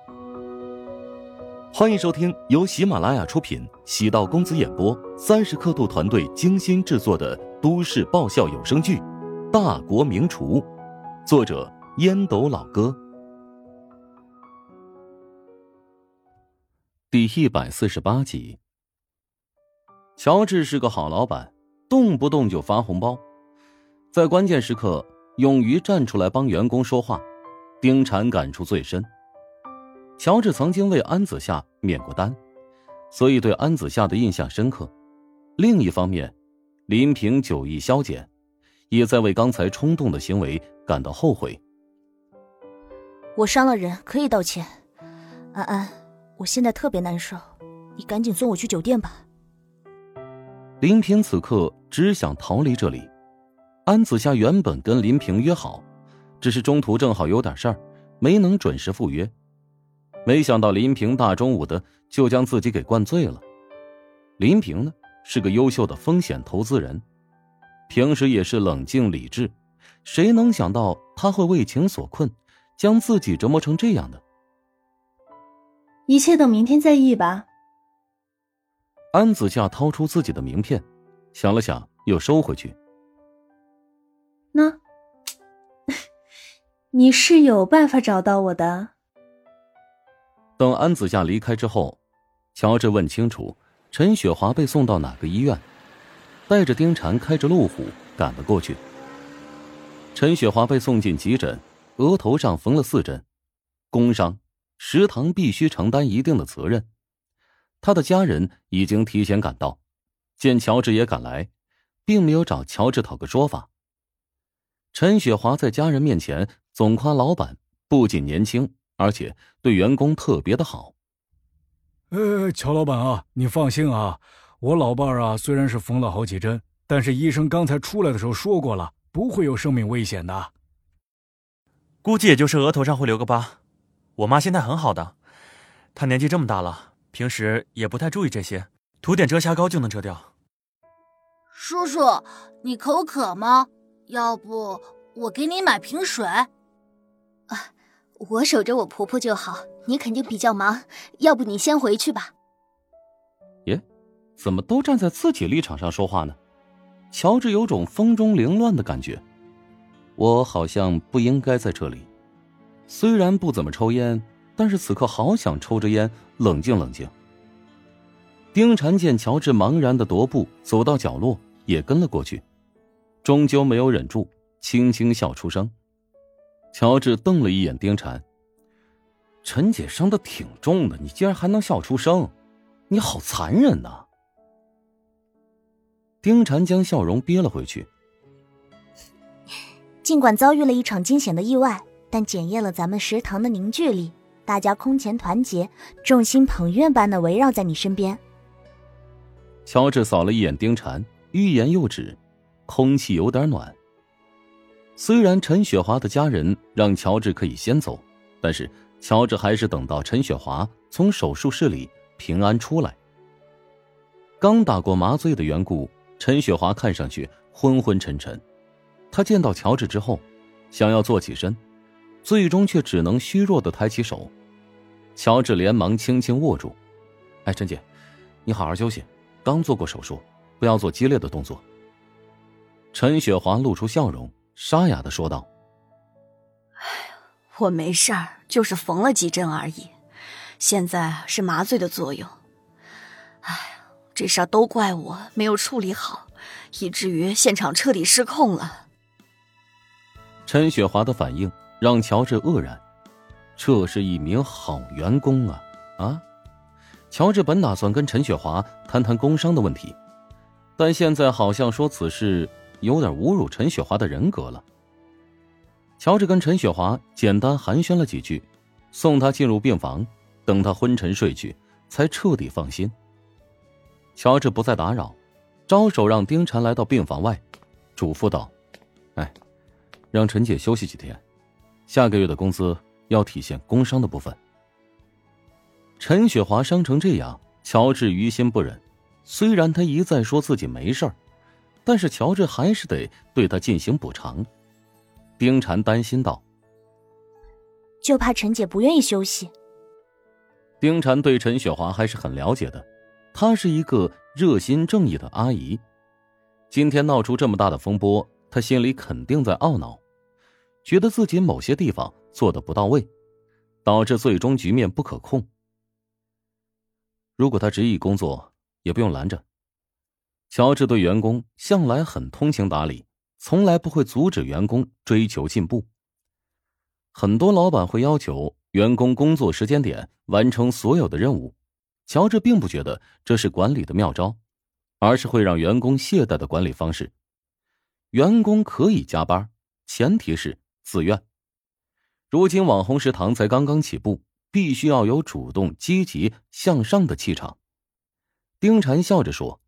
欢迎收听由喜马拉雅出品，喜道公子演播，30刻度团队精心制作的都市爆笑有声剧《大国名厨》，作者烟斗老哥。第148集。乔治是个好老板，动不动就发红包，在关键时刻勇于站出来帮员工说话，丁禅感触最深。乔治曾经为安子夏免过单，所以对安子夏的印象深刻。另一方面，林平酒意消减，也在为刚才冲动的行为感到后悔。 我伤了人，可以道歉。安安，我现在特别难受，你赶紧送我去酒店吧。 林平此刻只想逃离这里。安子夏原本跟林平约好，只是中途正好有点事儿，没能准时赴约。没想到林平大中午的就将自己给灌醉了。林平呢，是个优秀的风险投资人，平时也是冷静理智，谁能想到他会为情所困，将自己折磨成这样的。 一切等明天再议吧。 安子夏掏出自己的名片，想了想又收回去。 那你是有办法找到我的。 等安子夏离开之后，乔治问清楚陈雪华被送到哪个医院，带着丁禅开着路虎赶了过去。陈雪华被送进急诊，额头上缝了4针，工伤，食堂必须承担一定的责任。他的家人已经提前赶到，见乔治也赶来，并没有找乔治讨个说法。陈雪华在家人面前总夸老板不仅年轻，而且对员工特别的好。 乔老板啊，你放心啊，我老伴儿啊虽然是缝了好几针，但是医生刚才出来的时候说过了，不会有生命危险的。 估计也就是额头上会留个疤。我妈现在很好的，她年纪这么大了，平时也不太注意这些，涂点遮瑕膏就能遮掉。 叔叔，你口渴吗？要不我给你买瓶水。 我守着我婆婆就好，你肯定比较忙，要不你先回去吧。 耶，怎么都站在自己立场上说话呢？乔治有种风中凌乱的感觉。我好像不应该在这里。虽然不怎么抽烟，但是此刻好想抽着烟冷静冷静。丁禅见乔治茫然的踱步走到角落，也跟了过去，终究没有忍住，轻轻笑出声。乔治瞪了一眼丁禅，陈姐伤得挺重的，你竟然还能笑出声，你好残忍呐！丁禅将笑容憋了回去。 尽管遭遇了一场惊险的意外，但检验了咱们食堂的凝聚力，大家空前团结，众星捧月般的围绕在你身边。 乔治扫了一眼丁禅，欲言又止，空气有点暖。虽然陈雪华的家人让乔治可以先走，但是乔治还是等到陈雪华从手术室里平安出来。刚打过麻醉的缘故，陈雪华看上去昏昏沉沉。他见到乔治之后，想要坐起身，最终却只能虚弱地抬起手。乔治连忙轻轻握住。陈姐，你好好休息，刚做过手术，不要做激烈的动作。陈雪华露出笑容，沙哑地说道： 我没事儿，就是缝了几针而已，现在是麻醉的作用。这事儿都怪我没有处理好，以至于现场彻底失控了。 陈雪华的反应让乔治愕然，这是一名好员工啊！乔治本打算跟陈雪华谈谈工伤的问题，但现在好像说此事有点侮辱陈雪华的人格了。乔治跟陈雪华简单寒暄了几句，送她进入病房，等她昏沉睡去，才彻底放心。乔治不再打扰，招手让丁禅来到病房外，嘱咐道：让陈姐休息几天，下个月的工资要体现工伤的部分。陈雪华伤成这样，乔治于心不忍。虽然他一再说自己没事儿，但是乔治还是得对他进行补偿。丁禅担心道： 就怕陈姐不愿意休息。 丁婵对陈雪华还是很了解的，她是一个热心正义的阿姨。今天闹出这么大的风波，她心里肯定在懊恼，觉得自己某些地方做得不到位，导致最终局面不可控。如果她执意工作，也不用拦着。乔治对员工向来很通情达理，从来不会阻止员工追求进步。很多老板会要求员工工作时间点完成所有的任务，乔治并不觉得这是管理的妙招，而是会让员工懈怠的管理方式。员工可以加班，前提是自愿。如今网红食堂才刚刚起步，必须要有主动积极向上的气场。丁婵笑着说：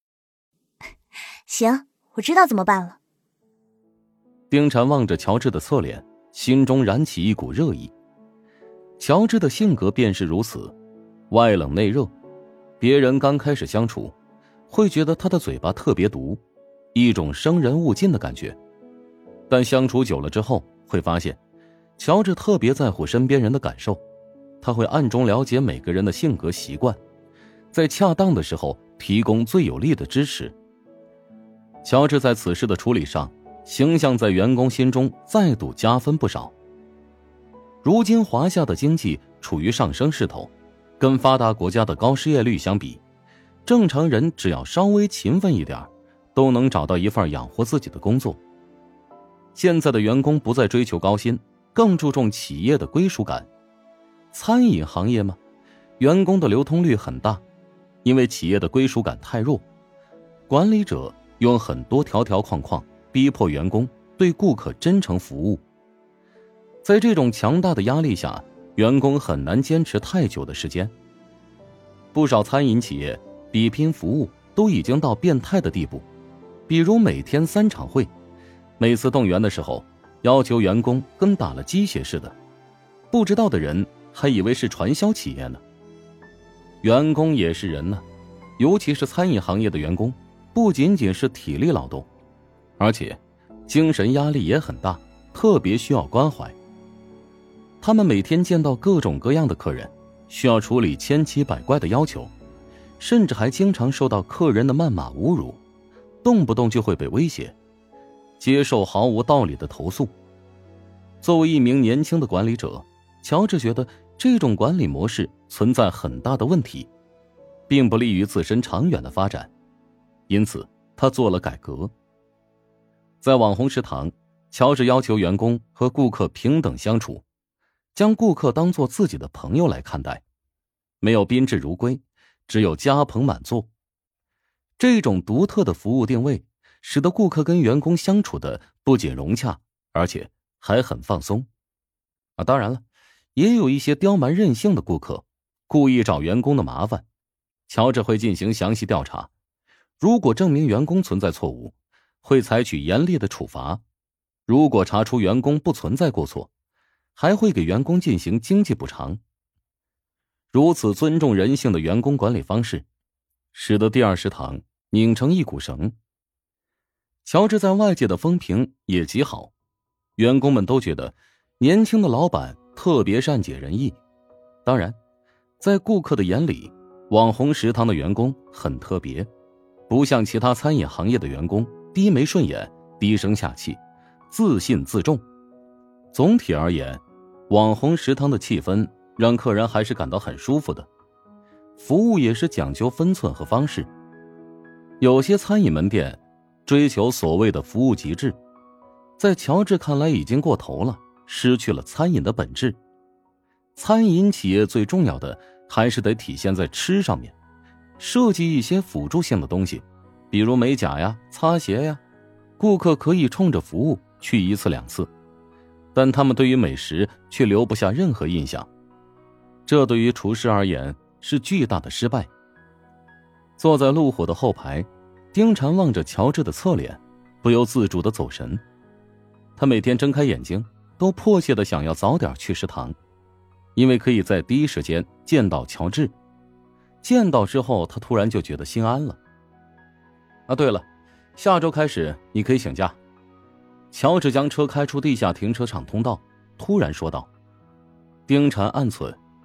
行，我知道怎么办了。 丁婵望着乔治的侧脸，心中燃起一股热意。乔治的性格便是如此，外冷内热，别人刚开始相处会觉得他的嘴巴特别毒，一种生人勿近的感觉。但相处久了之后会发现，乔治特别在乎身边人的感受，他会暗中了解每个人的性格习惯，在恰当的时候提供最有力的支持。乔治在此事的处理上，形象在员工心中再度加分不少。如今华夏的经济处于上升势头，跟发达国家的高失业率相比，正常人只要稍微勤奋一点，都能找到一份养活自己的工作。现在的员工不再追求高薪，更注重企业的归属感。餐饮行业嘛，员工的流通率很大，因为企业的归属感太弱，管理者用很多条条框框逼迫员工对顾客真诚服务。在这种强大的压力下，员工很难坚持太久的时间。不少餐饮企业比拼服务都已经到变态的地步，比如每天3场会，每次动员的时候要求员工跟打了鸡血似的，不知道的人还以为是传销企业呢。员工也是人呢，尤其是餐饮行业的员工，不仅仅是体力劳动，而且精神压力也很大，特别需要关怀。他们每天见到各种各样的客人，需要处理千奇百怪的要求，甚至还经常受到客人的谩骂侮辱，动不动就会被威胁，接受毫无道理的投诉。作为一名年轻的管理者，乔治觉得这种管理模式存在很大的问题，并不利于自身长远的发展，因此他做了改革。在网红食堂，乔治要求员工和顾客平等相处，将顾客当作自己的朋友来看待，没有宾至如归，只有家朋满座。这种独特的服务定位使得顾客跟员工相处的不仅融洽，而且还很放松。当然了，也有一些刁蛮任性的顾客故意找员工的麻烦，乔治会进行详细调查，如果证明员工存在错误，会采取严厉的处罚，如果查出员工不存在过错，还会给员工进行经济补偿。如此尊重人性的员工管理方式，使得第二食堂拧成一股绳。乔治在外界的风评也极好，员工们都觉得年轻的老板特别善解人意。当然，在顾客的眼里，网红食堂的员工很特别，不像其他餐饮行业的员工低眉顺眼、低声下气、自信自重。总体而言，网红食堂的气氛让客人还是感到很舒服的，服务也是讲究分寸和方式。有些餐饮门店追求所谓的服务极致，在乔治看来已经过头了，失去了餐饮的本质。餐饮企业最重要的还是得体现在吃上面，设计一些辅助性的东西，比如美甲呀、擦鞋呀，顾客可以冲着服务去1次2次，但他们对于美食却留不下任何印象，这对于厨师而言是巨大的失败。坐在路虎的后排，丁婵望着乔治的侧脸，不由自主地走神。他每天睁开眼睛都迫切地想要早点去食堂，因为可以在第一时间见到乔治。见到之后，他突然就觉得心安了。对了，下周开始你可以请假。乔治将车开出地下停车场通道，突然说道。丁婵暗忖，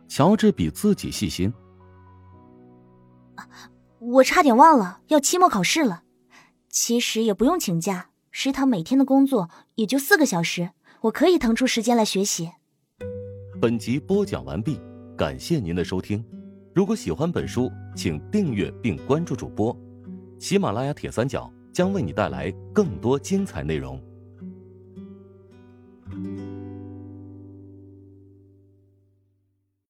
乔治比自己细心。 我差点忘了，要期末考试了。其实也不用请假，食堂每天的工作也就4个小时，我可以腾出时间来学习。 本集播讲完毕，感谢您的收听。如果喜欢本书，请订阅并关注主播。喜马拉雅铁三角将为你带来更多精彩内容。